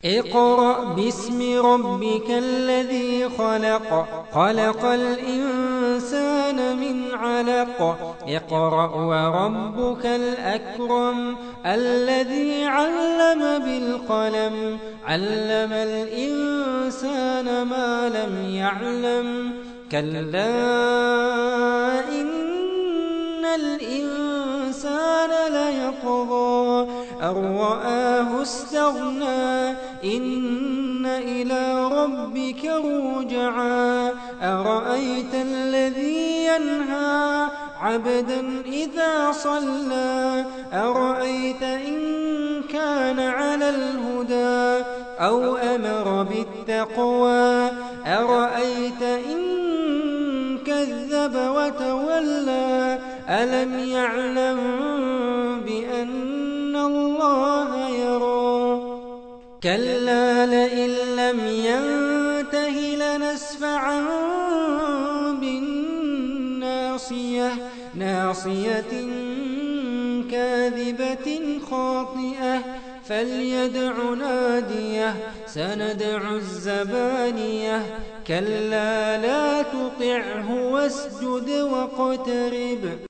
اقرأ باسم ربك الذي خلق خلق الإنسان من علق اقرأ وربك الأكرم الذي علم بالقلم علم الإنسان ما لم يعلم كلا إن الإنسان ليطغى أن رآه استغنى إن إلى ربك رجعا أرأيت الذي ينهى عبدا إذا صلى أرأيت إن كان على الهدى أو أمر بالتقوى أرأيت إن كذب وتولى ألم يعلم بأن الله يرى كلا لئن لم ينته لنسفعا بالناصية ناصية كاذبة خاطئة فليدع ناديه سندع الزبانية كلا لا تطعه واسجد واقترب